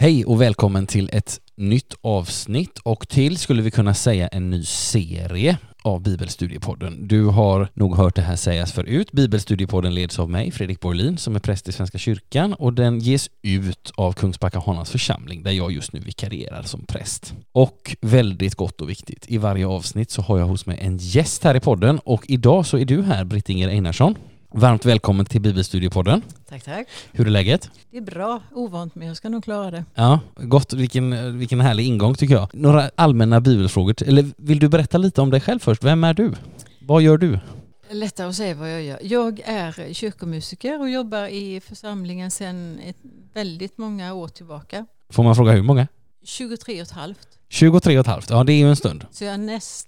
Hej och välkommen till ett nytt avsnitt och till skulle vi kunna säga en ny serie av Bibelstudiepodden. Du har nog hört det här sägas förut. Bibelstudiepodden leds av mig, Fredrik Borlin, som är präst i Svenska kyrkan, och den ges ut av Kungsbacka Hanans församling där jag just nu vikarierar som präst. Och väldigt gott och viktigt, i varje avsnitt så har jag hos mig en gäst här i podden, och idag så är du här, Britt-Inger Einarsson. Varmt välkommen till Bibelstudiepodden. Tack, tack. Hur är läget? Det är bra, ovant, men jag ska nog klara det. Ja, gott. Vilken härlig ingång tycker jag. Några allmänna bibelfrågor. Eller vill du berätta lite om dig själv först? Vem är du? Vad gör du? Lättare att säga vad jag gör. Jag är kyrkomusiker och jobbar i församlingen sedan väldigt många år tillbaka. Får man fråga hur många? 23,5. 23,5. Ja, det är ju en stund. Så jag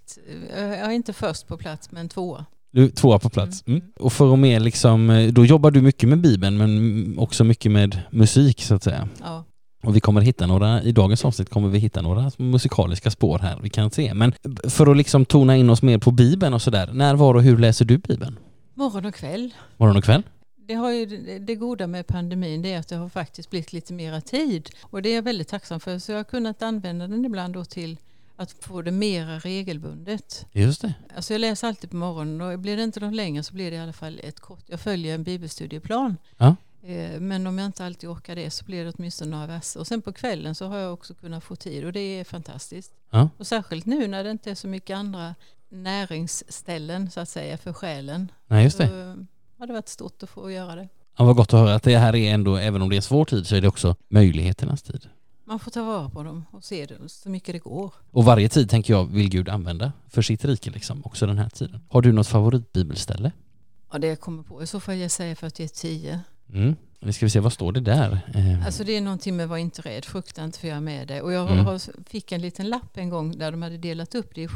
är inte först på plats, men tvåa. Du tvåa på plats. Och för att mer liksom, då jobbar du mycket med Bibeln men också mycket med musik så att säga. Ja. Och vi kommer hitta i dagens avsnitt kommer vi hitta några musikaliska spår här vi kan se. Men för att liksom tona in oss mer på Bibeln och sådär, när, var och hur läser du Bibeln? Morgon och kväll. Morgon och kväll? Det har ju det goda med pandemin, det är att det har faktiskt blivit lite mera tid. Och det är jag väldigt tacksam för, så jag har kunnat använda den ibland då till att få det mera regelbundet. Just det. Alltså jag läser alltid på morgonen, och blir det inte något längre så blir det i alla fall ett kort. Jag följer en bibelstudieplan. Ja. Men om jag inte alltid orkar det så blir det åtminstone några verser. Och sen på kvällen så har jag också kunnat få tid, och det är fantastiskt. Ja. Och särskilt nu när det inte är så mycket andra näringsställen så att säga för själen. Nej, just det. Så har det varit stort att få göra det. Ja, vad gott att höra att det här är ändå, även om det är en svår tid så är det också möjligheternas tid. Man får ta vara på dem och se det så mycket det går. Och varje tid tänker jag vill Gud använda för sitt rike liksom, också den här tiden. Har du något favoritbibelställe? Ja, det jag kommer på. I så fall jag säger 41:10. Nu ska vi se, vad står det där? Alltså det är någonting med var inte rädd, frukta inte för jag är med dig. Och jag fick en liten lapp en gång där de hade delat upp det i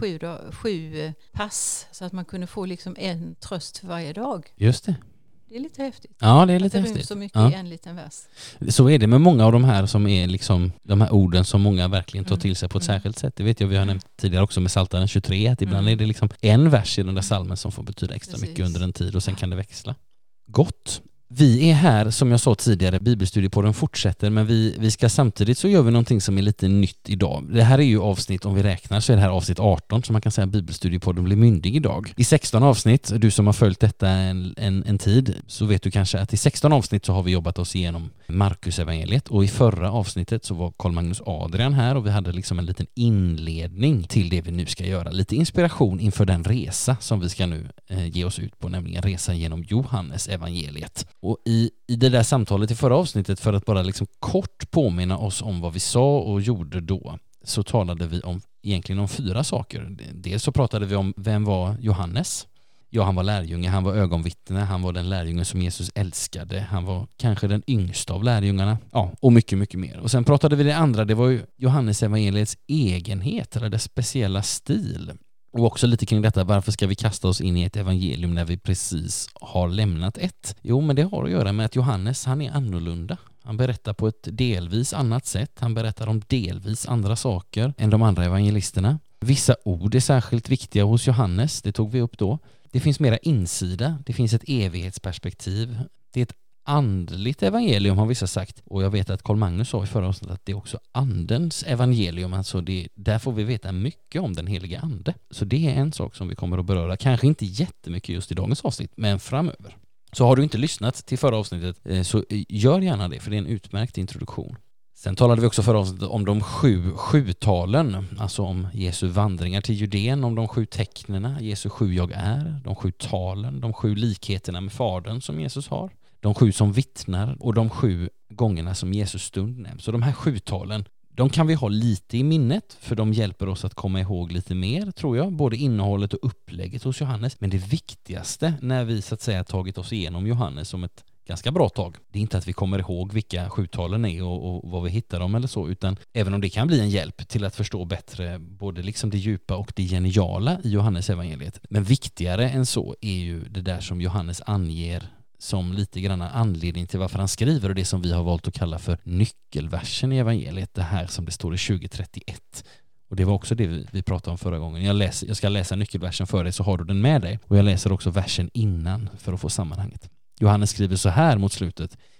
7 pass. Så att man kunde få liksom en tröst för varje dag. Just det. Det är lite häftigt. Ja, det är lite att det häftigt. ryms så mycket i en liten vers. Så är det med många av de här som är liksom de här orden som många verkligen tar till sig på ett särskilt sätt. Det vet jag, vi har nämnt tidigare också med Psaltaren 23, att ibland är det liksom en vers i den där psalmen som får betyda extra mycket under en tid, och sen kan det växla. Gott. Vi är här, som jag sa tidigare, Bibelstudiepodden fortsätter, men vi ska samtidigt så gör vi någonting som är lite nytt idag. Det här är ju avsnitt, om vi räknar så är det här avsnitt 18, så man kan säga att Bibelstudiepodden blir myndig idag. I 16 avsnitt, du som har följt detta en tid, så vet du kanske att i 16 avsnitt så har vi jobbat oss igenom Markus evangeliet, och i förra avsnittet så var Carl Magnus Adrian här, och vi hade liksom en liten inledning till det vi nu ska göra. Lite inspiration inför den resa som vi ska nu ge oss ut på, nämligen resan genom Johannes evangeliet. Och i det där samtalet i förra avsnittet, för att bara liksom kort påminna oss om vad vi sa och gjorde då, så talade vi egentligen om 4 saker. Dels så pratade vi om vem var Johannes. Ja, han var lärjunge, han var ögonvittne, han var den lärjungen som Jesus älskade, han var kanske den yngsta av lärjungarna, ja, och mycket, mycket mer. Och sen pratade vi det andra, det var ju Johannes evangeliets egenhet, eller dess speciella stil. Och också lite kring detta, varför ska vi kasta oss in i ett evangelium när vi precis har lämnat ett? Jo, men det har att göra med att Johannes, han är annorlunda. Han berättar på ett delvis annat sätt. Han berättar om delvis andra saker än de andra evangelisterna. Vissa ord är särskilt viktiga hos Johannes, det tog vi upp då. Det finns mera insida, det finns ett evighetsperspektiv. Det är ett andligt evangelium har vissa sagt, och jag vet att Carl Magnus sa i förra avsnittet att det är också andens evangelium, alltså där får vi veta mycket om den heliga ande. Så det är en sak som vi kommer att beröra, kanske inte jättemycket just i dagens avsnitt, men framöver. Så har du inte lyssnat till förra avsnittet så gör gärna det, för det är en utmärkt introduktion. Sen talade vi också förra avsnittet om de 7 sjutalen, alltså om Jesu vandringar till Judén, om de 7 tecknena, Jesu 7 jag är, de 7 talen, de 7 likheterna med Fadern som Jesus har, de 7 som vittnar och de 7 gångerna som Jesus stund nämns. Så de här 7-talen, de kan vi ha lite i minnet, för de hjälper oss att komma ihåg lite mer, tror jag, både innehållet och upplägget hos Johannes. Men det viktigaste när vi så att säga tagit oss igenom Johannes som ett ganska bra tag, det är inte att vi kommer ihåg vilka 7-talen är och vad vi hittar dem eller så, utan även om det kan bli en hjälp till att förstå bättre både liksom det djupa och det geniala i Johannes evangeliet. Men viktigare än så är ju det där som Johannes anger som lite grann anledning till varför han skriver, och det som vi har valt att kalla för nyckelversen i evangeliet, det här som det står i 2031. Och det var också det vi pratade om förra gången. Jag ska läsa nyckelversen för dig så har du den med dig, och jag läser också versen innan för att få sammanhanget. Johannes skriver så här mot slutet: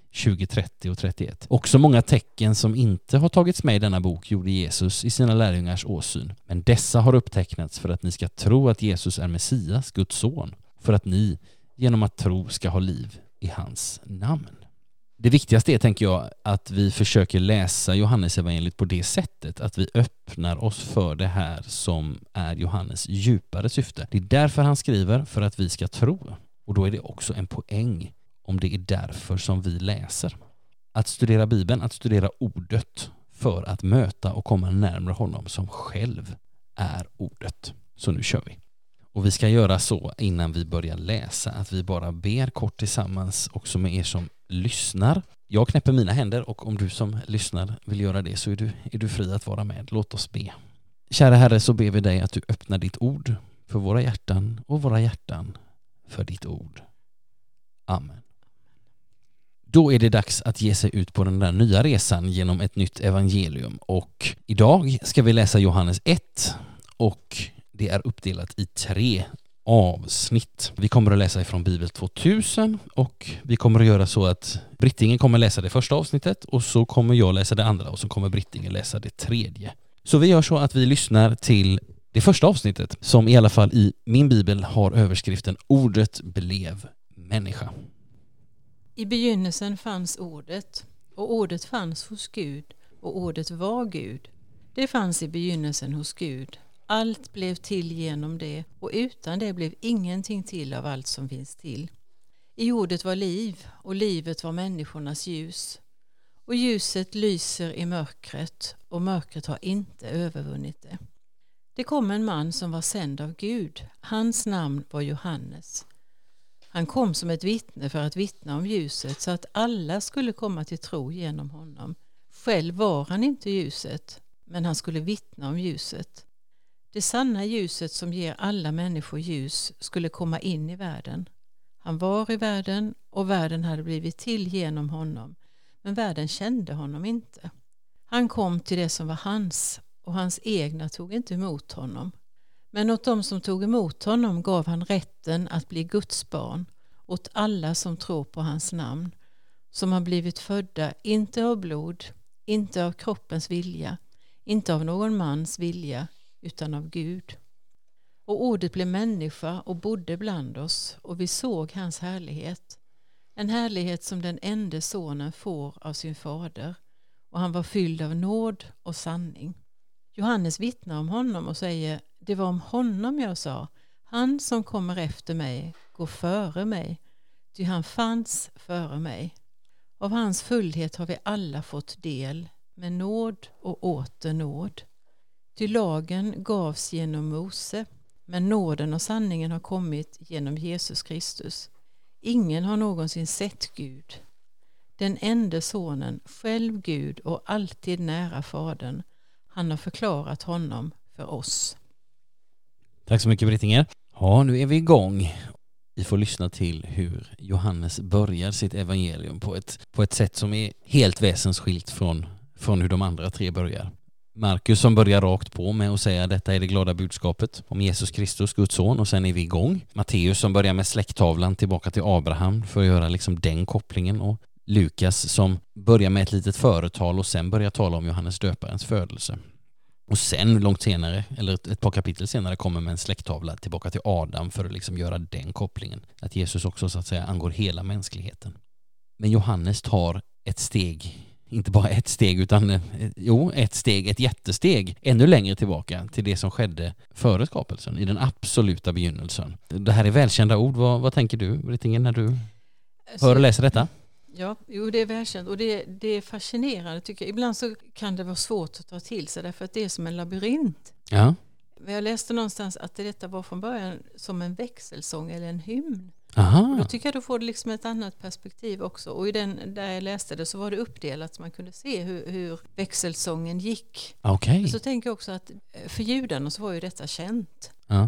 20, 30 och 31. Också många tecken som inte har tagits med i denna bok gjorde Jesus i sina lärjungars åsyn. Men dessa har upptecknats för att ni ska tro att Jesus är Messias, Guds son, för att ni genom att tro ska ha liv i hans namn. Det viktigaste är, tänker jag, att vi försöker läsa Johannes evangeliet på det sättet att vi öppnar oss för det här som är Johannes djupare syfte. Det är därför han skriver, för att vi ska tro. Och då är det också en poäng om det är därför som vi läser. Att studera Bibeln, att studera ordet för att möta och komma närmare honom som själv är ordet. Så nu kör vi. Och vi ska göra så innan vi börjar läsa att vi bara ber kort tillsammans också med er som lyssnar. Jag knäpper mina händer och om du som lyssnar vill göra det så är du fri att vara med. Låt oss be. Kära Herre, så ber vi dig att du öppnar ditt ord för våra hjärtan och våra hjärtan för ditt ord. Amen. Då är det dags att ge sig ut på den där nya resan genom ett nytt evangelium. Och idag ska vi läsa Johannes 1 och det är uppdelat i 3 avsnitt. Vi kommer att läsa ifrån Bibel 2000 och vi kommer att göra så att Brittingen kommer läsa det första avsnittet och så kommer jag läsa det andra och så kommer Brittingen läsa det tredje. Så vi gör så att vi lyssnar till det första avsnittet som i alla fall i min bibel har överskriften Ordet blev människa. I begynnelsen fanns ordet och ordet fanns hos Gud och ordet var Gud. Det fanns i begynnelsen hos Gud. Allt blev till genom det och utan det blev ingenting till av allt som finns till. I ordet var liv och livet var människornas ljus. Och ljuset lyser i mörkret och mörkret har inte övervunnit det. Det kom en man som var sänd av Gud. Hans namn var Johannes. Han kom som ett vittne för att vittna om ljuset så att alla skulle komma till tro genom honom. Själv var han inte ljuset, men han skulle vittna om ljuset. Det sanna ljuset som ger alla människor ljus skulle komma in i världen. Han var i världen och världen hade blivit till genom honom, men världen kände honom inte. Han kom till det som var hans och hans egna tog inte emot honom. Men åt dem som tog emot honom gav han rätten att bli Guds barn, åt alla som tror på hans namn, som har blivit födda inte av blod, inte av kroppens vilja, inte av någon mans vilja, utan av Gud. Och ordet blev människa och bodde bland oss, och vi såg hans härlighet. En härlighet som den enda sonen får av sin fader, och han var fylld av nåd och sanning. Johannes vittnar om honom och säger: det var om honom jag sa, han som kommer efter mig går före mig, ty han fanns före mig. Av hans fullhet har vi alla fått del, med nåd och åter nåd. Ty lagen gavs genom Mose, men nåden och sanningen har kommit genom Jesus Kristus. Ingen har någonsin sett Gud. Den enda sonen, själv Gud och alltid nära Fadern, han har förklarat honom för oss. Tack så mycket, Brittinger. Ja, nu är vi igång. Vi får lyssna till hur Johannes börjar sitt evangelium på ett sätt som är helt väsensskilt från hur de andra 3 börjar. Markus som börjar rakt på med att säga detta är det glada budskapet om Jesus Kristus, Guds son, och sen är vi igång. Matteus som börjar med släkttavlan tillbaka till Abraham för att göra liksom den kopplingen, och Lukas som börjar med ett litet företal och sen börjar tala om Johannes döparens födelse. Och sen långt senare, eller ett par kapitel senare, kommer med en släkttavla tillbaka till Adam för att liksom göra den kopplingen. Att Jesus också så att säga angår hela mänskligheten. Men Johannes tar ett steg, inte bara ett steg utan ett jättesteg ännu längre tillbaka till det som skedde före skapelsen, i den absoluta begynnelsen. Det här är välkända ord. Vad tänker du, Brittingen, när du hör och läser detta? Ja, det är välkänt och det är fascinerande tycker jag. Ibland så kan det vara svårt att ta till sig därför att det är som en labyrint. Ja. Jag läste någonstans att detta var från början som en växelsång eller en hymn. Aha. Och då tycker jag då får det liksom ett annat perspektiv också. Och i den där jag läste det så var det uppdelat så man kunde se hur växelsången gick. Okay. Men så tänker jag också att för judarna så var ju detta känt. Ja.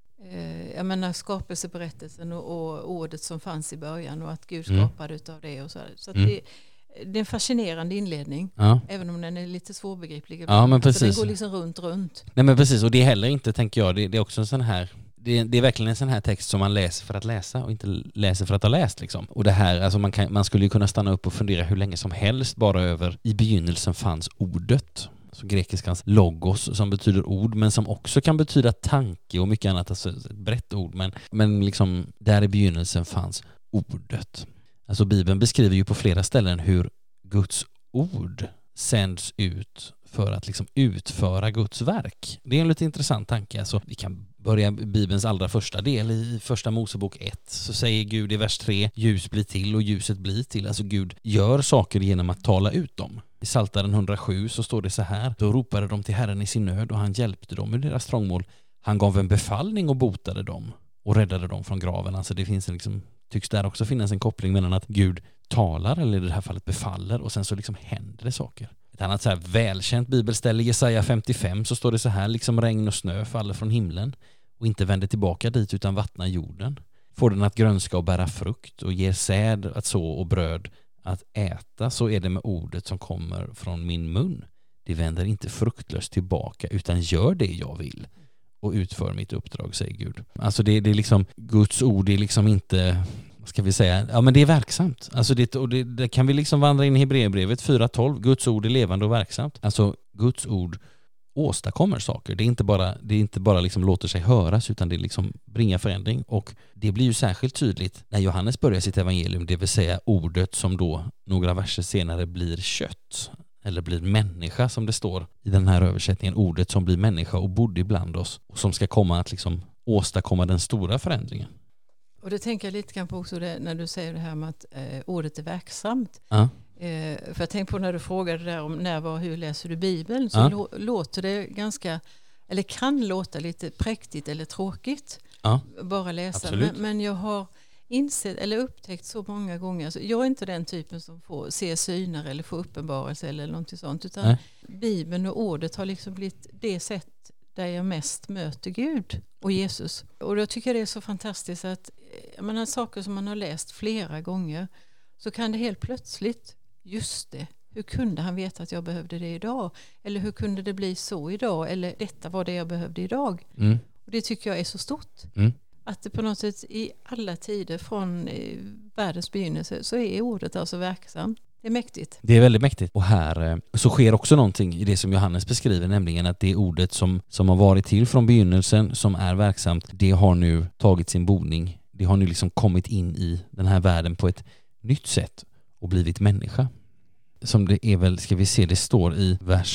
Jag menar skapelseberättelsen och ordet som fanns i början och att Gud skapade utav det och så. Så att det är en fascinerande inledning, även om den är lite svårbegriplig. Ja, men precis. Så den går liksom runt. Nej, men precis, och det är heller inte, tänker jag, det är också en sån här, det är verkligen en sån här text som man läser för att läsa och inte läser för att ha läst liksom. Och det här, alltså man skulle ju kunna stanna upp och fundera hur länge som helst bara över i begynnelsen fanns ordet. Så grekiskans logos som betyder ord men som också kan betyda tanke och mycket annat, alltså ett brett ord, men liksom där i begynnelsen fanns ordet. Alltså Bibeln beskriver ju på flera ställen hur Guds ord sänds ut för att liksom utföra Guds verk. Det är en lite intressant tanke. Alltså, vi kan börja Bibelns allra första del i första Mosebok 1. Så säger Gud i vers 3, ljus blir till och ljuset blir till. Alltså Gud gör saker genom att tala ut dem. I Psaltaren 107 så står det så här: då ropade de till Herren i sin nöd och han hjälpte dem ur deras trångmål. Han gav en befallning och botade dem och räddade dem från graven. Alltså det finns tycks där också finnas en koppling mellan att Gud talar, eller i det här fallet befaller, och sen så liksom händer det saker. Ett annat så här välkänt bibelställe i Jesaja 55 så står det så här: liksom regn och snö faller från himlen och inte vänder tillbaka dit utan vattnar jorden. Får den att grönska och bära frukt och ger säd att så och bröd att äta, så är det med ordet som kommer från min mun. Det vänder inte fruktlöst tillbaka utan gör det jag vill och utför mitt uppdrag, säger Gud. Alltså det är liksom Guds ord, det är liksom inte, ska vi säga, ja men det är verksamt. Alltså det kan vi liksom vandra in i Hebreerbrevet 4:12. Guds ord är levande och verksamt. Alltså Guds ord åstadkommer saker. Det är inte bara liksom låter sig höras, utan det liksom bringar förändring. Och det blir ju särskilt tydligt när Johannes börjar sitt evangelium, det vill säga ordet som då några verser senare blir kött. Eller blir människa, som det står i den här översättningen. Ordet som blir människa och bodde ibland oss. Och som ska komma att liksom åstadkomma den stora förändringen. Och det tänker jag lite grann på också när du säger det här med att ordet är verksamt. Ja. För jag tänkte på när du frågade där om när, var, hur läser du Bibeln, så låter det ganska, eller kan låta lite präktigt eller tråkigt. Ja. Bara läsa. Men jag har insett eller upptäckt så många gånger, alltså jag är inte den typen som får se syner eller få uppenbarelse eller något sånt, utan Bibeln och ordet har liksom blivit det sätt där jag mest möter Gud och Jesus. Och då tycker jag det är så fantastiskt att man har saker som man har läst flera gånger, så kan det helt plötsligt, just det, hur kunde han veta att jag behövde det idag? Eller hur kunde det bli så idag? Eller detta var det jag behövde idag. Och det tycker jag är så stort. Att det på något sätt i alla tider från världens begynnelse så är ordet alltså verksamt. Det är mäktigt. Det är väldigt mäktigt. Och här så sker också någonting i det som Johannes beskriver, nämligen att det ordet som har varit till från begynnelsen, som är verksamt, det har nu tagit sin boning. Det har nu liksom kommit in i den här världen på ett nytt sätt och blivit människa. Som det är väl, ska vi se, det står i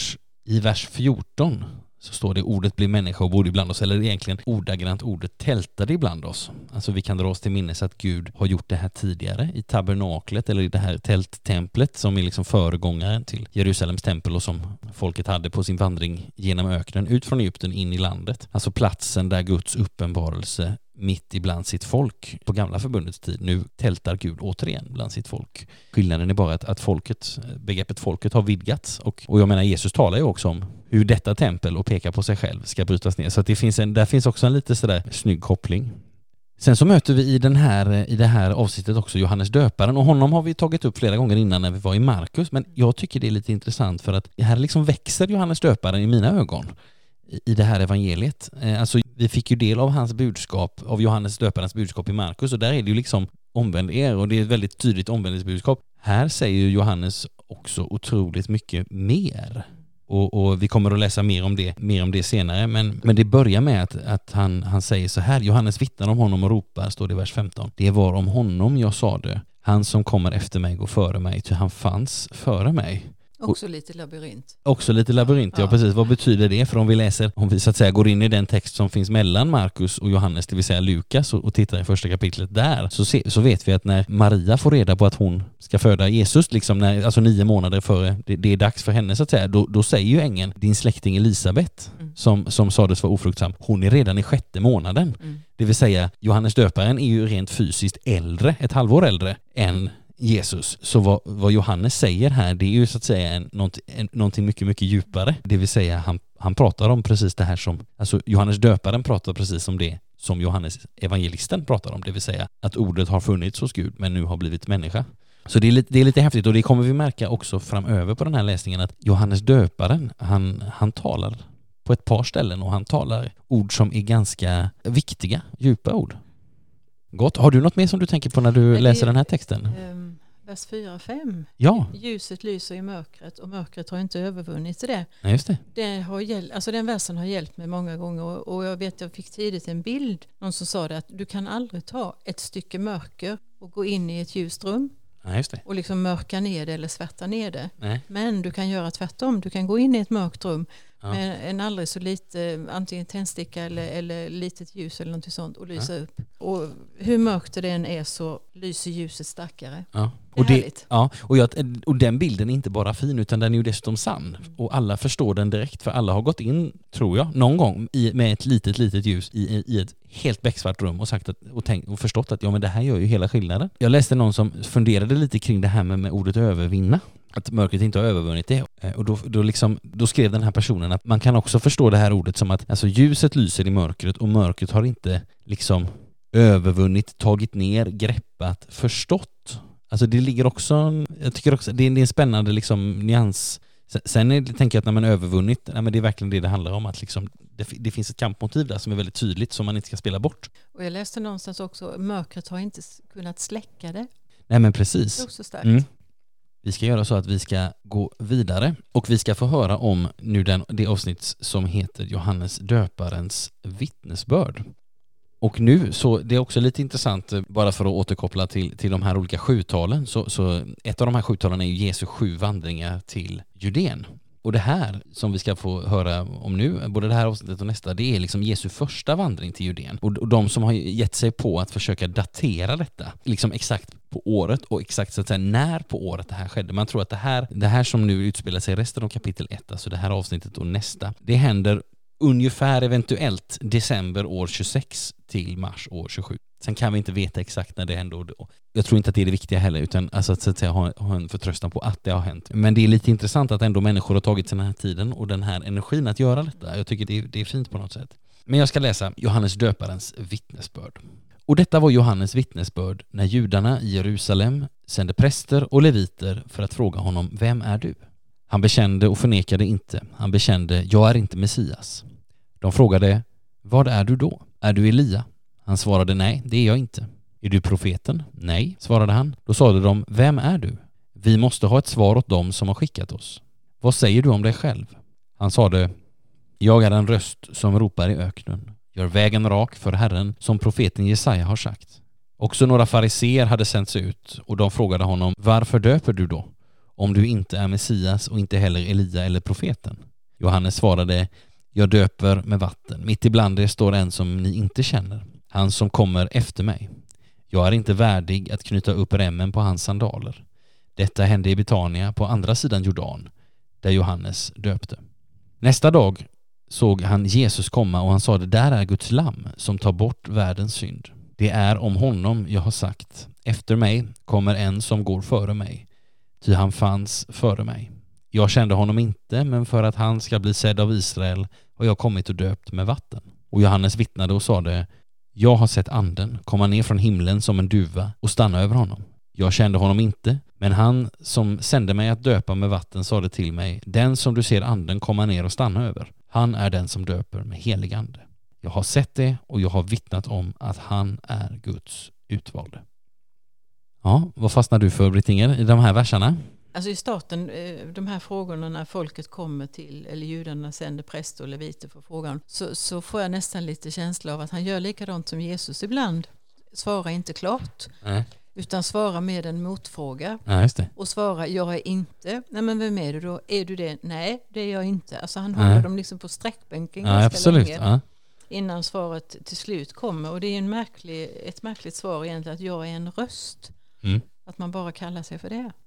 vers 14 så står det: ordet blir människa och bodde ibland oss, eller egentligen ordagrant ordet tältade ibland oss. Alltså vi kan dra oss till minnes att Gud har gjort det här tidigare i tabernaklet, eller i det här tälttemplet som är liksom föregångaren till Jerusalems tempel och som folket hade på sin vandring genom öknen ut från Egypten in i landet. Alltså platsen där Guds uppenbarelse mitt ibland sitt folk på gamla förbundets tid. Nu tältar Gud återigen bland sitt folk. Skillnaden är bara att begreppet folket har vidgats, och jag menar Jesus talar ju också om hur detta tempel och pekar på sig själv ska brytas ner. Så att där finns också en lite sådär snygg koppling. Sen så möter vi i det här avsnittet också Johannes döparen, och honom har vi tagit upp flera gånger innan när vi var i Markus, men jag tycker det är lite intressant för att här liksom växer Johannes döparen i mina ögon i det här evangeliet. Alltså vi fick ju del av hans budskap, av Johannes döparens budskap i Markus, och där är det ju liksom omvänd er, och det är ett väldigt tydligt omvändelsebudskap. Här säger ju Johannes också otroligt mycket mer. Och vi kommer att läsa mer om det senare, men det börjar med att han säger så här: Johannes vittnar om honom och ropar, står det i vers 15. Det var om honom jag sa det. Han som kommer efter mig går före mig, ty han fanns före mig. Också lite labyrint. Också lite labyrint, ja precis. Vad betyder det? För om vi så att säga går in i den text som finns mellan Markus och Johannes, det vill säga Lukas, och tittar i första kapitlet där, så vet vi att när Maria får reda på att hon ska föda Jesus, liksom alltså 9 månader före det är dags för henne så att säga, då säger ju ängeln, din släkting Elisabet, som sades vara ofruktsam, hon är redan i 6:e månaden. Det vill säga, Johannes döparen är ju rent fysiskt äldre, ett halvår äldre än Jesus. Så vad Johannes säger här, det är ju så att säga någonting mycket, mycket djupare. Det vill säga han pratar om precis det här som, alltså Johannes döparen pratar precis om det som Johannes evangelisten pratar om, det vill säga att ordet har funnits hos Gud men nu har blivit människa. Så det är lite häftigt, och det kommer vi märka också framöver på den här läsningen, att Johannes döparen, han talar på ett par ställen och han talar ord som är ganska viktiga, djupa ord. Gott. Har du något mer som du tänker på när du läser den här texten? Vers 4-5. Ja. Ljuset lyser i mörkret och mörkret har inte övervunnit det. Ja, just det. Den versen har hjälpt mig många gånger och jag fick tidigt en bild. Någon som sa det att du kan aldrig ta ett stycke mörker och gå in i ett ljust rum. Ja, just det. Och liksom mörka ner det eller svärta ner det. Nej. Men du kan göra tvärtom. Du kan gå in i ett mörkt rum med en aldrig så lite, antingen tändsticka eller litet ljus eller något sånt och lysa upp. Och hur mörkt det än är så lyser ljuset starkare. Ja. Och den bilden är inte bara fin utan den är ju dessutom sann. Och alla förstår den direkt för alla har gått in, tror jag, någon gång med ett litet ljus i ett helt becksvart rum och sagt och förstått att men det här gör ju hela skillnaden. Jag läste någon som funderade lite kring det här med ordet övervinna. Att mörkret inte har övervunnit det. Och då skrev den här personen att man kan också förstå det här ordet som att alltså ljuset lyser i mörkret och mörkret har inte liksom övervunnit, tagit ner, greppat, förstått. Alltså det ligger också, jag tycker också, det är en spännande liksom nyans. Sen tänker jag att när man övervunnit, men det är verkligen det handlar om att liksom, det finns ett kampmotiv där som är väldigt tydligt som man inte ska spela bort. Och jag läste någonstans också, mörkret har inte kunnat släcka det. Nej men precis. Det är också starkt. Vi ska göra så att vi ska gå vidare och vi ska få höra om nu det avsnitt som heter Johannes döparens vittnesbörd. Och nu, så det är också lite intressant bara för att återkoppla till de här olika sjutalen. Så ett av de här sjutalen är ju Jesu 7 vandringar till Judén. Och det här som vi ska få höra om nu, både det här avsnittet och nästa, det är liksom Jesu första vandring till Judén. Och de som har gett sig på att försöka datera detta, liksom exakt på året och exakt så att säga när på året det här skedde. Man tror att det här som nu utspelar sig i resten av kapitel 1, alltså det här avsnittet och nästa, det händer ungefär eventuellt december år 26 till mars år 27. Sen kan vi inte veta exakt när det hände. Jag tror inte att det är det viktiga heller, utan alltså att, så att säga, ha en förtröstan på att det har hänt. Men det är lite intressant att ändå människor har tagit sig den här tiden och den här energin att göra detta. Jag tycker det är fint på något sätt. Men jag ska läsa Johannes döparens vittnesbörd. Och detta var Johannes vittnesbörd när judarna i Jerusalem sände präster och leviter för att fråga honom, vem är du? Han bekände och förnekade inte. Han bekände, jag är inte Messias. De frågade, vad är du då? Är du Elia? Han svarade, nej, det är jag inte. Är du profeten? Nej, svarade han. Då sade de, vem är du? Vi måste ha ett svar åt dem som har skickat oss. Vad säger du om dig själv? Han sade, jag är en röst som ropar i öknen. Gör vägen rak för Herren, som profeten Jesaja har sagt. Också några fariseer hade sänts ut och de frågade honom, varför döper du då? Om du inte är Messias och inte heller Elia eller profeten. Johannes svarade, jag döper med vatten. Mitt ibland er står en som ni inte känner. Han som kommer efter mig. Jag är inte värdig att knyta upp remmen på hans sandaler. Detta hände i Betania på andra sidan Jordan, där Johannes döpte. Nästa dag såg han Jesus komma och han sa, det där är Guds lamm som tar bort världens synd. Det är om honom jag har sagt, efter mig kommer en som går före mig. Ty han fanns före mig. Jag kände honom inte, men för att han ska bli sedd av Israel har jag kommit och döpt med vatten. Och Johannes vittnade och sade, jag har sett anden komma ner från himlen som en duva och stanna över honom. Jag kände honom inte, men han som sände mig att döpa med vatten sade till mig, den som du ser anden komma ner och stanna över, han är den som döper med helig ande. Jag har sett det och jag har vittnat om att han är Guds utvalde. Ja, vad fastnar du för, Brittinger, i de här verserna? Alltså i starten, de här frågorna när folket kommer till, eller judarna sänder präster och leviter för frågan, så får jag nästan lite känsla av att han gör likadant som Jesus ibland. Svara inte klart, utan svara med en motfråga. Ja, just det. Och svara, jag är inte. Nej, men vem är du då? Är du det? Nej, det är jag inte. Alltså han håller dem liksom på sträckbänken ganska länge. Ja. Innan svaret till slut kommer. Och det är ett märkligt svar egentligen, att jag är en röst. Att man bara kallar sig för det.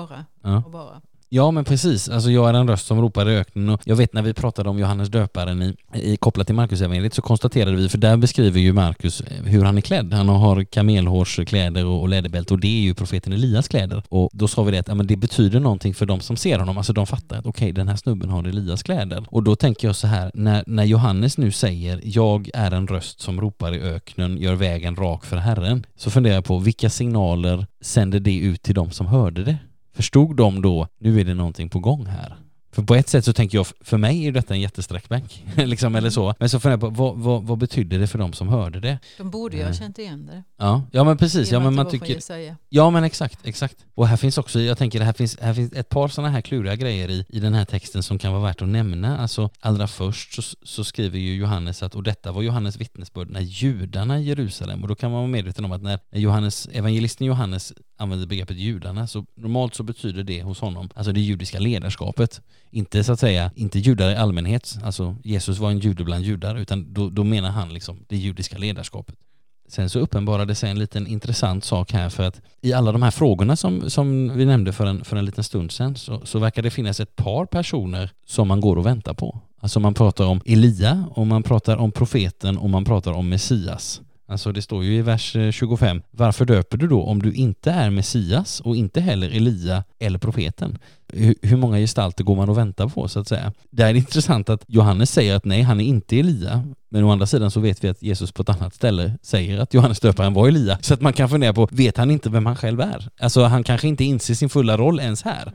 Bara. Ja, men precis. Alltså jag är en röst som ropar i öknen. Och jag vet när vi pratade om Johannes döparen kopplat till Markus evangeliet, så konstaterade vi, för där beskriver ju Markus hur han är klädd. Han har kamelhårskläder och läderbälte, och det är ju profeten Elias kläder. Och då sa vi det att det betyder någonting för de som ser honom. Alltså de fattar att okej, den här snubben har Elias kläder. Och då tänker jag så här, när Johannes nu säger, jag är en röst som ropar i öknen, gör vägen rak för Herren, så funderar jag på vilka signaler sänder det ut till de som hörde det? Förstod de då, nu är det någonting på gång här? För på ett sätt så tänker jag, för mig är detta en jättesträckbänk. liksom, eller så. Men så funderar jag på, vad betyder det för de som hörde det? De borde ju ha känt igen det. Ja men precis. Ja, men man tycker... Ja, men exakt. Och här finns också, jag tänker, här finns ett par sådana här kluriga grejer i den här texten som kan vara värt att nämna. Alltså, allra först så skriver ju Johannes att, och detta var Johannes vittnesbörd när judarna i Jerusalem, och då kan man vara medveten om att när evangelisten Johannes använder begreppet judarna, så normalt så betyder det hos honom, alltså det judiska ledarskapet. Inte så att säga, inte judar i allmänhet, alltså Jesus var en jude bland judar, utan då menar han liksom det judiska ledarskapet. Sen så uppenbarade sig en liten intressant sak här, för att i alla de här frågorna som vi nämnde för en liten stund sedan, så verkar det finnas ett par personer som man går och väntar på. Alltså man pratar om Elia, och man pratar om profeten, och man pratar om Messias. Alltså det står ju i vers 25, varför döper du då om du inte är Messias och inte heller Elia eller profeten? Hur många gestalter går man och väntar på, så att säga? Det är intressant att Johannes säger att nej, han är inte Elia. Men å andra sidan så vet vi att Jesus på ett annat ställe säger att Johannes döparen var Elia. Så att man kan fundera på, vet han inte vem han själv är? Alltså han kanske inte inser sin fulla roll ens här.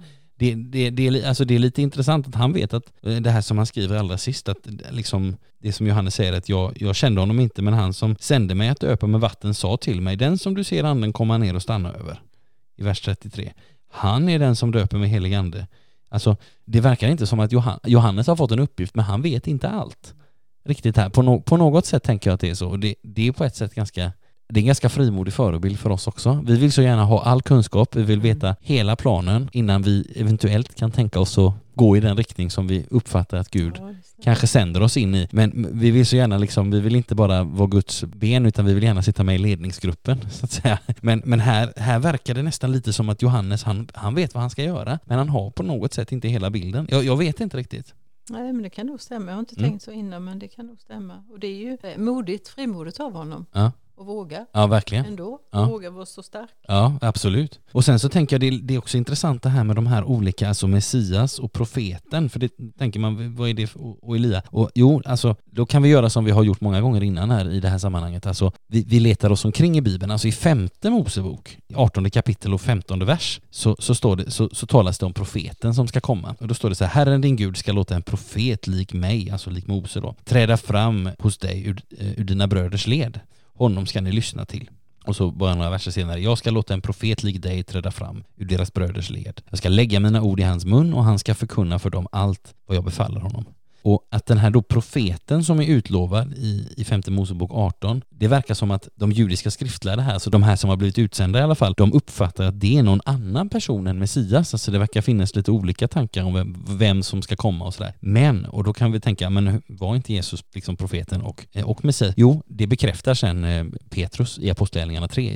Det är lite intressant att han vet att det här som han skriver allra sist, att liksom det som Johannes säger, att jag kände honom inte, men han som sände mig att döpa med vatten sa till mig, den som du ser anden komma ner och stanna över. I vers 33. Han är den som döper med helig ande. Alltså det verkar inte som att Johannes har fått en uppgift, men han vet inte allt riktigt här. På något sätt tänker jag att det är så. Och det är på ett sätt det är en ganska frimodig förebild för oss också. Vi vill så gärna ha all kunskap, vi vill veta hela planen innan vi eventuellt kan tänka oss att gå i den riktning som vi uppfattar att Gud kanske sänder oss in i. Men vi vill så gärna vi vill inte bara vara Guds ben, utan vi vill gärna sitta med i ledningsgruppen, så att säga. Men här verkar det nästan lite som att Johannes, han vet vad han ska göra, men han har på något sätt inte hela bilden. Jag vet inte riktigt. Nej, men det kan nog stämma. Jag har inte tänkt så innan, men det kan nog stämma. Och det är ju frimodigt av honom. Ja. Och våga. Ja, verkligen. Ändå. Ja. Våga vara så stark. Ja, absolut. Och sen så tänker jag det är också intressant det här med de här olika, alltså Messias och profeten. För det tänker man, vad är det och Elia? Och jo, alltså då kan vi göra som vi har gjort många gånger innan här i det här sammanhanget. Alltså vi letar oss omkring i Bibeln. Alltså i 5:e Mosebok, 18 kapitel och 15 vers, så står det, så talas det om profeten som ska komma. Och då står det så här: Herren din Gud ska låta en profet lik mig, alltså lik Mose då, träda fram hos dig ur dina bröders led. Honom ska ni lyssna till. Och så bara några verser senare: jag ska låta en profet lik dig träda fram ur deras bröders led. Jag ska lägga mina ord i hans mun, och han ska förkunna för dem allt vad jag befaller honom. Och att den här då profeten som är utlovad i 5:e Mosebok 18, det verkar som att de judiska skriftlärda här, så de här som har blivit utsända i alla fall, de uppfattar att det är någon annan person än Messias. Alltså det verkar finnas lite olika tankar om vem som ska komma och sådär. Men, och då kan vi tänka, men var inte Jesus liksom profeten och Messias? Jo, det bekräftar sen Petrus i Apostlagärningarna 3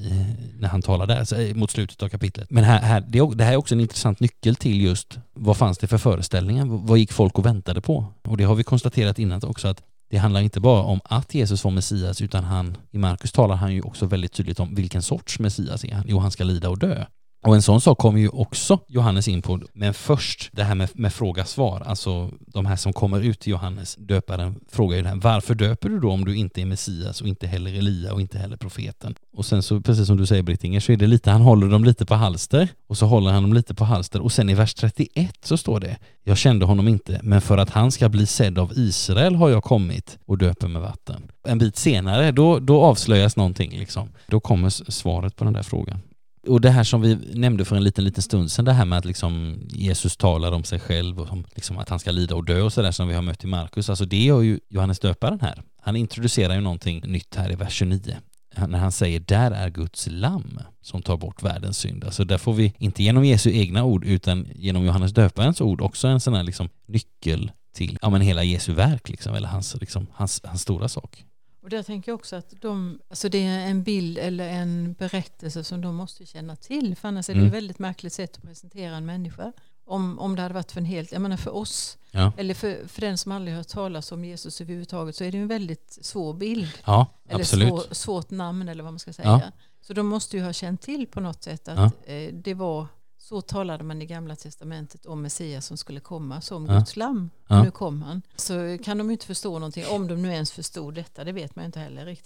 när han talar där, alltså, mot slutet av kapitlet. Men det här är också en intressant nyckel till just vad fanns det för föreställningar? Vad gick folk och väntade på? Och det har vi konstaterat innan också, att det handlar inte bara om att Jesus var Messias, utan i Markus talar han ju också väldigt tydligt om vilken sorts Messias är han. Jo, han ska lida och dö. Och en sån sak kommer ju också Johannes in på. Men först det här med fråga-svar. Alltså de här som kommer ut till Johannes, döparen, frågar ju det här: varför döper du då om du inte är Messias och inte heller Elia och inte heller profeten? Och sen så, precis som du säger Brittinger, så är det lite, han håller dem lite på halster, och så håller han dem lite på halster. Och sen i vers 31 så står det: jag kände honom inte, men för att han ska bli sedd av Israel har jag kommit och döper med vatten. En bit senare, då avslöjas någonting liksom. Då kommer svaret på den där frågan. Och det här som vi nämnde för en liten stund sedan, det här med att liksom Jesus talar om sig själv och om liksom att han ska lida och dö och sådär, som vi har mött i Markus. Alltså det gör ju Johannes döparen här. Han introducerar ju någonting nytt här i vers 29. När han säger: där är Guds lamm som tar bort världens synd. Alltså där får vi inte genom Jesu egna ord, utan genom Johannes döparens ord också en sån här liksom nyckel till hela Jesu verk liksom, eller hans stora sak. Och där tänker jag också att det är en bild eller en berättelse som de måste känna till. För annars är det ett väldigt märkligt sätt att presentera en människa. Om det hade varit för en helt, jag menar för oss, eller för den som aldrig hört talas om Jesus överhuvudtaget, så är det en väldigt svår bild. Ja, eller absolut. Svårt namn eller vad man ska säga. Ja. Så de måste ju ha känt till på något sätt att det var, så talade man i Gamla testamentet om Messias som skulle komma som Guds lamm. Och nu kom han. Så kan de inte förstå någonting, om de nu ens förstod detta, det vet man inte heller riktigt.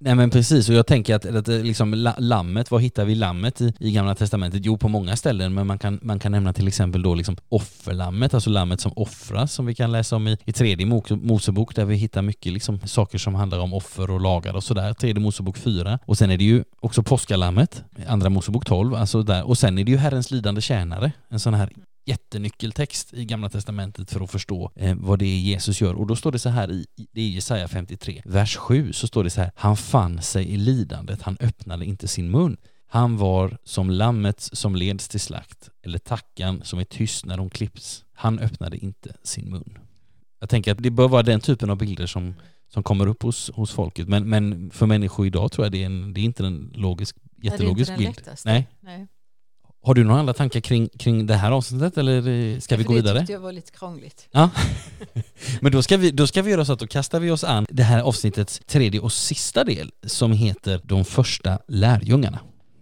Nej men precis, och jag tänker att liksom lammet, vad hittar vi lammet i Gamla testamentet? Jo, på många ställen, men man kan nämna till exempel då liksom offerlammet, alltså lammet som offras, som vi kan läsa om i tredje Mosebok, där vi hittar mycket liksom saker som handlar om offer och lagar och sådär. Tredje Mosebok 4, och sen är det ju också påskalammet, andra Mosebok 12, alltså där, och sen är det ju Herrens lidande tjänare, en sån här jättenyckeltext i Gamla testamentet för att förstå vad det är Jesus gör. Och då står det så här det är Jesaja 53, vers 7, så står det så här: han fann sig i lidandet, han öppnade inte sin mun. Han var som lammet som leds till slakt, eller tackan som är tyst när de klipps. Han öppnade inte sin mun. Jag tänker att det bör vara den typen av bilder som kommer upp hos folket. Men för människor idag tror jag det är inte en jättelogisk bild. Nej. Har du några andra tankar kring det här avsnittet, eller ska vi gå vidare? Det tyckte jag var lite krångligt. Ja. Men då ska vi göra så att då kastar vi oss an det här avsnittets tredje och sista del, som heter De första lärjungarna.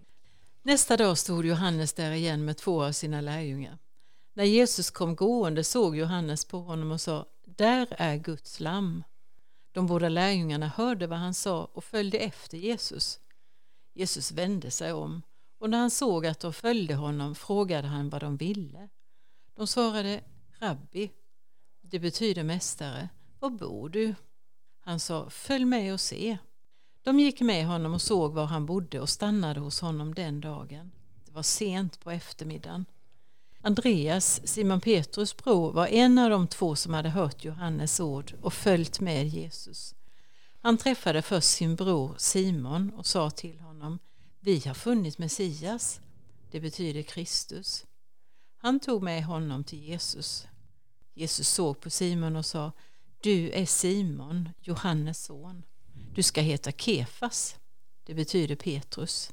Nästa dag stod Johannes där igen med 2 av sina lärjungar. När Jesus kom gående såg Johannes på honom och sa: där är Guds lamm. De båda lärjungarna hörde vad han sa och följde efter Jesus. Jesus vände sig om, och när han såg att de följde honom frågade han vad de ville. De svarade: Rabbi, det betyder mästare, var bor du? Han sa: följ med och se. De gick med honom och såg var han bodde och stannade hos honom den dagen. Det var sent på eftermiddagen. Andreas, Simon Petrus bror, var en av de 2 som hade hört Johannes ord och följt med Jesus. Han träffade först sin bror Simon och sa till honom: vi har funnit Messias, det betyder Kristus. Han tog med honom till Jesus. Jesus såg på Simon och sa: du är Simon, Johannes son. Du ska heta Kefas, det betyder Petrus.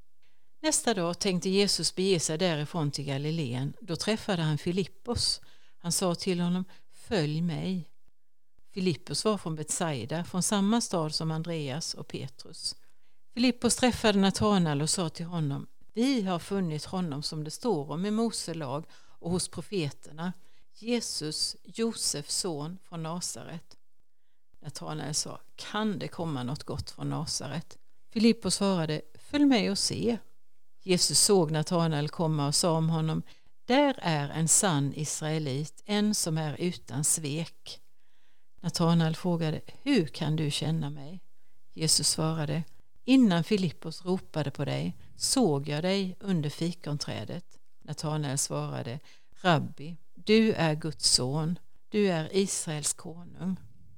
Nästa dag tänkte Jesus bege sig därifrån till Galileen. Då träffade han Filippos. Han sa till honom: följ mig. Filippos var från Betsaida, från samma stad som Andreas och Petrus. Filippos träffade Natanael och sa till honom: vi har funnit honom som det står om i Mose lag och hos profeterna, Jesus, Josefs son från Nasaret. Natanael sa: kan det komma något gott från Nasaret? Filippos svarade: följ med och se. Jesus såg Natanael komma och sa om honom: där är en sann israelit, en som är utan svek. Natanael frågade: hur kan du känna mig? Jesus svarade: innan Filippos ropade på dig såg jag dig under fikonträdet. Natanael svarade: Rabbi, du är Guds son, du är Israels konung.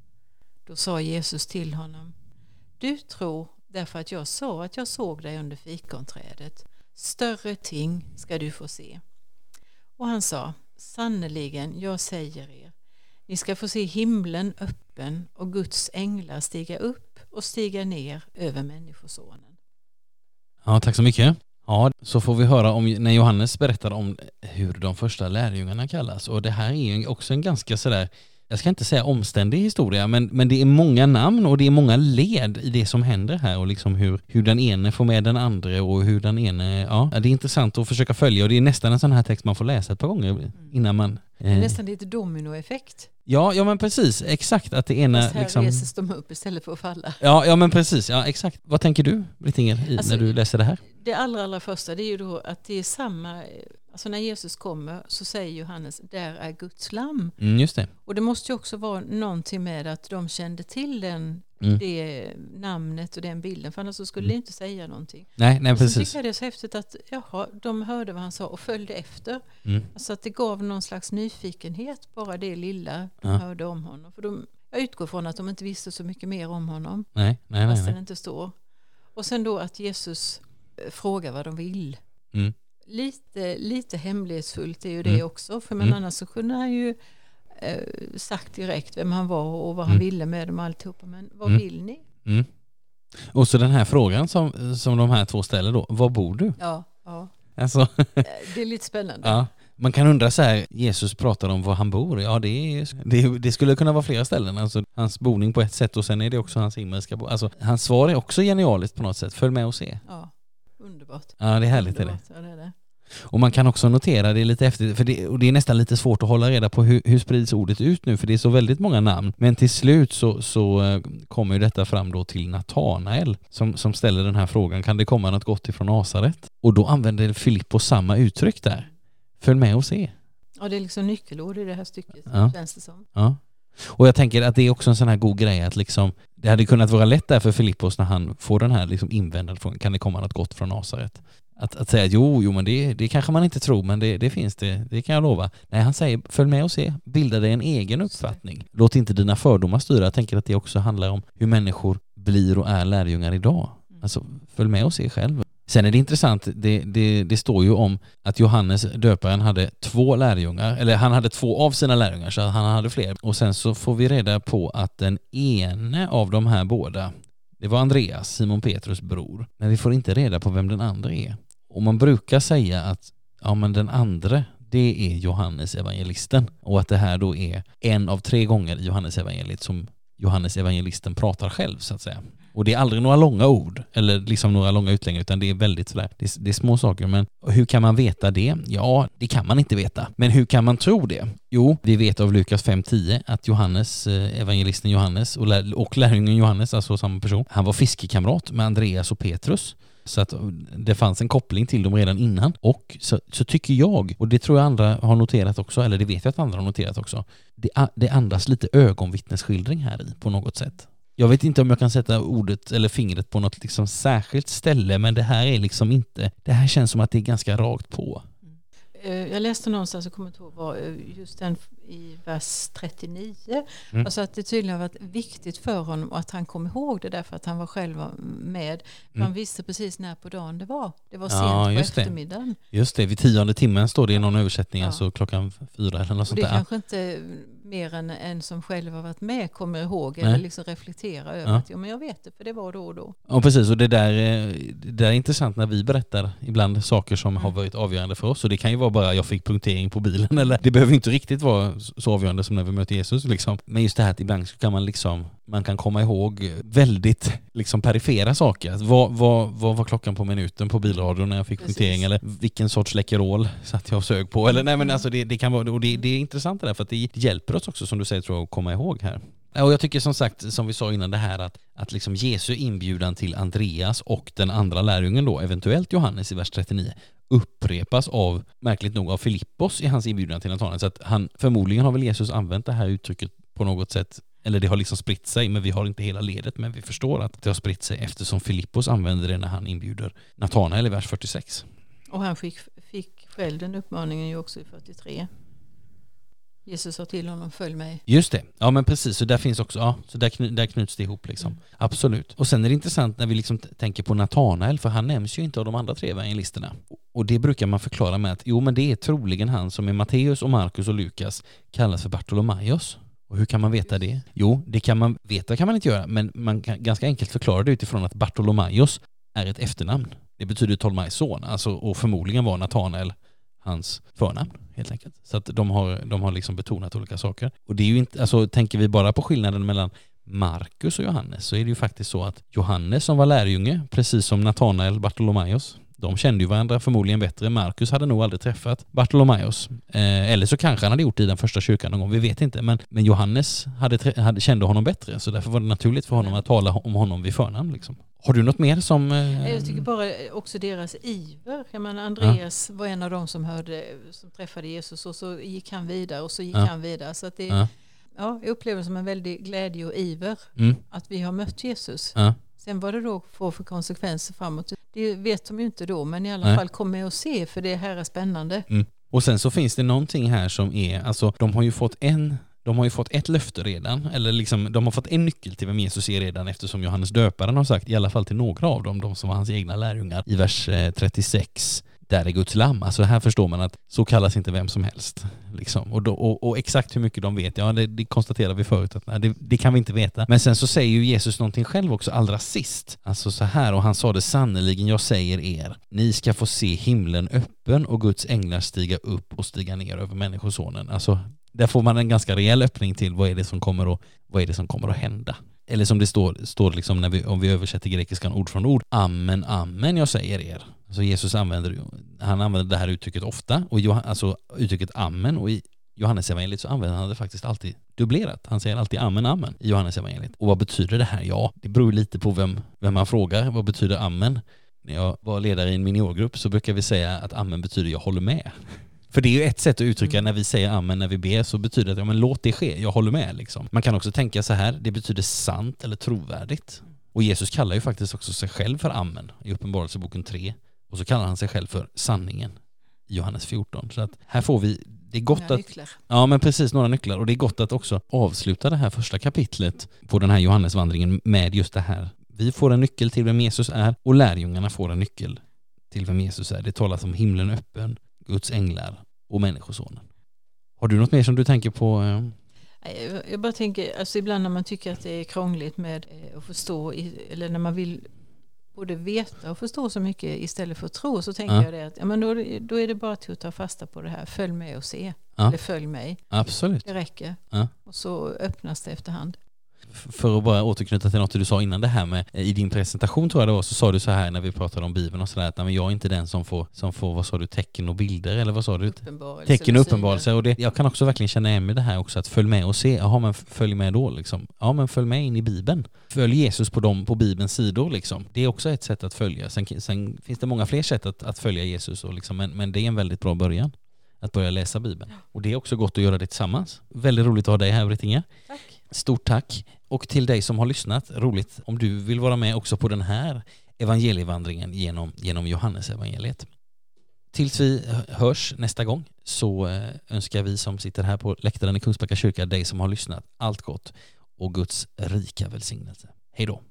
Då sa Jesus till honom: du tror därför att jag sa att jag såg dig under fikonträdet. Större ting ska du få se. Och han sa: sannoliken, jag säger er, ni ska få se himlen öppen och Guds änglar stiga upp och stiga ner över människosonen. Ja, tack så mycket. Ja, så får vi höra om när Johannes berättar om hur de första lärjungarna kallas. Och det här är ju också en ganska sådär, jag ska inte säga omständig historia, men det är många namn och det är många led i det som händer här, och liksom hur den ene får med den andra och hur den ene, ja, det är intressant att försöka följa, och det är nästan en sån här text man får läsa ett par gånger innan man... Nästan lite dominoeffekt. Ja men precis, exakt, att det ena fast här liksom... reses de upp istället för att falla. Ja men precis, ja exakt. Vad tänker du, Britt-Inger, när du läser det här? Det allra första, det är ju då att det är samma, alltså när Jesus kommer så säger Johannes: där är Guds lamm. Just det. Och det måste ju också vara någonting med att de kände till det namnet och den bilden, för annars så skulle de inte säga någonting. Nej precis. Så tycker jag det är så häftigt att de hörde vad han sa och följde efter. Alltså att det gav någon slags nyfikenhet, bara det lilla de hörde om honom. För jag utgår från att de inte visste så mycket mer om honom. Nej. Fast den inte står. Och sen då att Jesus frågar vad de vill. Lite hemlighetsfullt är ju det också. För men annars så kunde han ju sagt direkt vem han var och vad han ville med dem alltihopa. Men vad vill ni? Och så den här frågan som de här 2 ställer då. Var bor du? Ja. Alltså. Det är lite spännande. Ja. Man kan undra så här, Jesus pratar om var han bor. Ja, det skulle kunna vara flera ställen. Alltså hans boning på ett sätt, och sen är det också hans himmelska bo. Alltså hans svar är också genialiskt på något sätt. Följ med och se. Ja, underbart. Ja, det är härligt. Underbart. Ja, det är det. Och man kan också notera det lite efter, och det är nästan lite svårt att hålla reda på hur sprids ordet ut nu, för det är så väldigt många namn. Men till slut så kommer ju detta fram då till Natanael som ställer den här frågan, kan det komma något gott ifrån Nasaret? Och då använder Filippos samma uttryck där. Följ med och se. Ja, det är liksom nyckelord i det här stycket, känns det som. Ja. Och jag tänker att det är också en sån här god grej att liksom, det hade kunnat vara lätt där för Filippos när han får den här liksom invändande frågan, kan det komma något gott från Nasaret? Att säga jo men det kanske man inte tror, men det finns det kan jag lova. Nej, han säger följ med och se, bilda dig en egen uppfattning. Låt inte dina fördomar styra. Jag tänker att det också handlar om hur människor blir och är lärjungar idag. Alltså följ med och se själv. Sen är det intressant, det står ju om att Johannes döparen hade 2 lärjungar, eller han hade 2 av sina lärjungar, så han hade fler. Och sen så får vi reda på att den ene av de här båda, det var Andreas, Simon Petrus bror. Men vi får inte reda på vem den andra är. Och man brukar säga att men den andra, det är Johannes evangelisten. Och att det här då är en av 3 gånger i Johannes evangeliet som Johannes evangelisten pratar själv, så att säga. Och det är aldrig några långa ord eller liksom några långa utläggningar, utan det är väldigt sådär, det är små saker. Men hur kan man veta det? Ja, det kan man inte veta. Men hur kan man tro det? Jo, vi vet av Lukas 5:10 att Johannes, evangelisten Johannes och lärjungen Johannes, alltså samma person, han var fiskekamrat med Andreas och Petrus. Så att det fanns en koppling till dem redan innan. Och så tycker jag, och det tror jag andra har noterat också, eller det vet jag att andra har noterat också, det andas lite ögonvittnesskildring här i på något sätt. Jag vet inte om jag kan sätta ordet eller fingret på något liksom särskilt ställe, men det här är liksom inte, det här känns som att det är ganska rakt på. Jag läste någonstans och kommer inte ihåg var just den i vers 39. Alltså att det tydligen har varit viktigt för honom att han kom ihåg det därför att han var själv med. Han visste precis när på dagen det var. Det var sent på eftermiddagen. Just det, vid 10:e timmen står det i någon översättning, alltså klockan 4 eller något sånt där. Det är kanske inte mer än en som själv har varit med kommer ihåg eller liksom reflektera över att men jag vet det, för det var då och då. Ja, precis, och det där är intressant när vi berättar ibland saker som har varit avgörande för oss, och det kan ju vara bara jag fick punktering på bilen, eller det behöver inte riktigt vara så avgörande som när vi möter Jesus liksom. Men just det här att ibland så kan man kan komma ihåg väldigt liksom perifera saker. Vad var klockan på minuten på bilradion när jag fick punktering, eller vilken sorts Läkerol satt jag och sög på, eller nej, men alltså det kan vara, och det är intressant det där, för att det hjälper oss också, som du säger, tror jag, att komma ihåg här. Och jag tycker som sagt, som vi sa innan, det här att liksom Jesu inbjudan till Andreas och den andra lärjungen då, eventuellt Johannes i vers 39, upprepas av, märkligt nog, av Filippos i hans inbjudan till Natanael. Så att förmodligen har väl Jesus använt det här uttrycket på något sätt, eller det har liksom spritt sig, men vi har inte hela ledet, men vi förstår att det har spritt sig eftersom Filippos använder det när han inbjuder Natanael i vers 46. Och han fick själv den uppmaningen ju också i 43. Jesus sa till honom, följ mig. Just det, ja men precis, så där finns också, så där knyts det ihop liksom. Absolut. Och sen är det intressant när vi liksom tänker på Natanael, för han nämns ju inte av de andra 3 evangelisterna. Och det brukar man förklara med att men det är troligen han som är Matteus och Markus och Lukas kallas för Bartolomaios. Och hur kan man veta det? Jo, det kan man veta, kan man inte göra, men man kan ganska enkelt förklara det utifrån att Bartolomaios är ett efternamn. Det betyder Tolmais son, alltså, och förmodligen var Natanael hans förnamn helt enkelt. Så att de har liksom betonat olika saker. Och det är ju inte, alltså tänker vi bara på skillnaden mellan Markus och Johannes, så är det ju faktiskt så att Johannes, som var lärjunge, precis som Natanael, Bartolomaios, de kände ju varandra förmodligen bättre. Markus hade nog aldrig träffat Bartolomaios. Eller så kanske han hade gjort det i den första kyrkan någon gång, vi vet inte. Men Johannes kände honom bättre, så därför var det naturligt för honom att tala om honom vid förnamn liksom. Har du något mer som... Jag tycker bara också deras iver. Jag menar, Andreas var en av dem som träffade Jesus, och så gick han vidare och så gick han vidare. Så att det, jag upplever det som en väldig glädje och iver att vi har mött Jesus. Sen vad det då får för konsekvenser framåt, det vet de ju inte då, men i alla fall kom med och se, för det här är spännande. Och sen så finns det någonting här som är, alltså de har ju fått ett löfte redan, eller liksom, de har fått en nyckel till vem Jesus är redan, eftersom Johannes döparen har sagt, i alla fall till några av dem, de som var hans egna lärjungar, i vers 36, där är Guds lamm. Alltså här förstår man att så kallas inte vem som helst. Liksom. Och exakt hur mycket de vet, det konstaterar vi förut, att det kan vi inte veta. Men sen så säger ju Jesus någonting själv också allra sist. Alltså så här, och han sa det sannoliken, jag säger er, ni ska få se himlen öppen och Guds änglar stiga upp och stiga ner över människosonen. Alltså där får man en ganska rejäl öppning till vad är det som kommer att hända. Eller som det står liksom om vi översätter grekiskan ord från ord. Amen, amen, jag säger er. Så Jesus använder det här uttrycket ofta. Och alltså uttrycket amen. Och i Johannesevangeliet så använder han det faktiskt alltid dubblerat. Han säger alltid amen, amen i Johannesevangeliet. Och vad betyder det här? Ja, det beror lite på vem man frågar. Vad betyder amen? När jag var ledare i en miniorgrupp så brukar vi säga att amen betyder jag håller med. För det är ju ett sätt att uttrycka när vi säger amen när vi ber, så betyder det att låt det ske, jag håller med liksom. Man kan också tänka så här, det betyder sant eller trovärdigt. Och Jesus kallar ju faktiskt också sig själv för amen i Uppenbarelseboken 3. Och så kallar han sig själv för sanningen i Johannes 14. Så att här får vi, det är gott att... Ja, men precis, några nycklar. Och det är gott att också avsluta det här första kapitlet på den här Johannesvandringen med just det här. Vi får en nyckel till vem Jesus är och lärjungarna får en nyckel till vem Jesus är. Det talas om himlen öppen, Guds änglar och människosonen. Har du något mer som du tänker på? Jag bara tänker, alltså ibland när man tycker att det är krångligt med att förstå, eller när man vill både veta och förstå så mycket istället för att tro, så tänker jag det att då är det bara till att ta fasta på det här. Följ med och se. Eller följ mig. Absolut. Det räcker. Och så öppnas det efterhand. För att bara återknyta till något du sa innan det här med, i din presentation tror jag det var, så sa du så här när vi pratade om Bibeln och sådär, att jag är inte den som får, vad sa du, tecken och bilder, eller vad sa du? Tecken och uppenbarelse. Och det, jag kan också verkligen känna igen med det här också, att följ med och se. Jaha, men följ med då liksom. Ja, men följ med in i Bibeln. Följ Jesus på Bibelns sidor liksom. Det är också ett sätt att följa. Sen finns det många fler sätt att följa Jesus och liksom, men det är en väldigt bra början att börja läsa Bibeln. Och det är också gott att göra det tillsammans. Väldigt roligt att ha dig här, Britt-Inger. Tack. Stort tack. Och till dig som har lyssnat, roligt om du vill vara med också på den här evangelievandringen genom Johannesevangeliet. Tills vi hörs nästa gång så önskar vi som sitter här på läktaren i Kungsbacka kyrka dig som har lyssnat allt gott och Guds rika välsignelse. Hej då!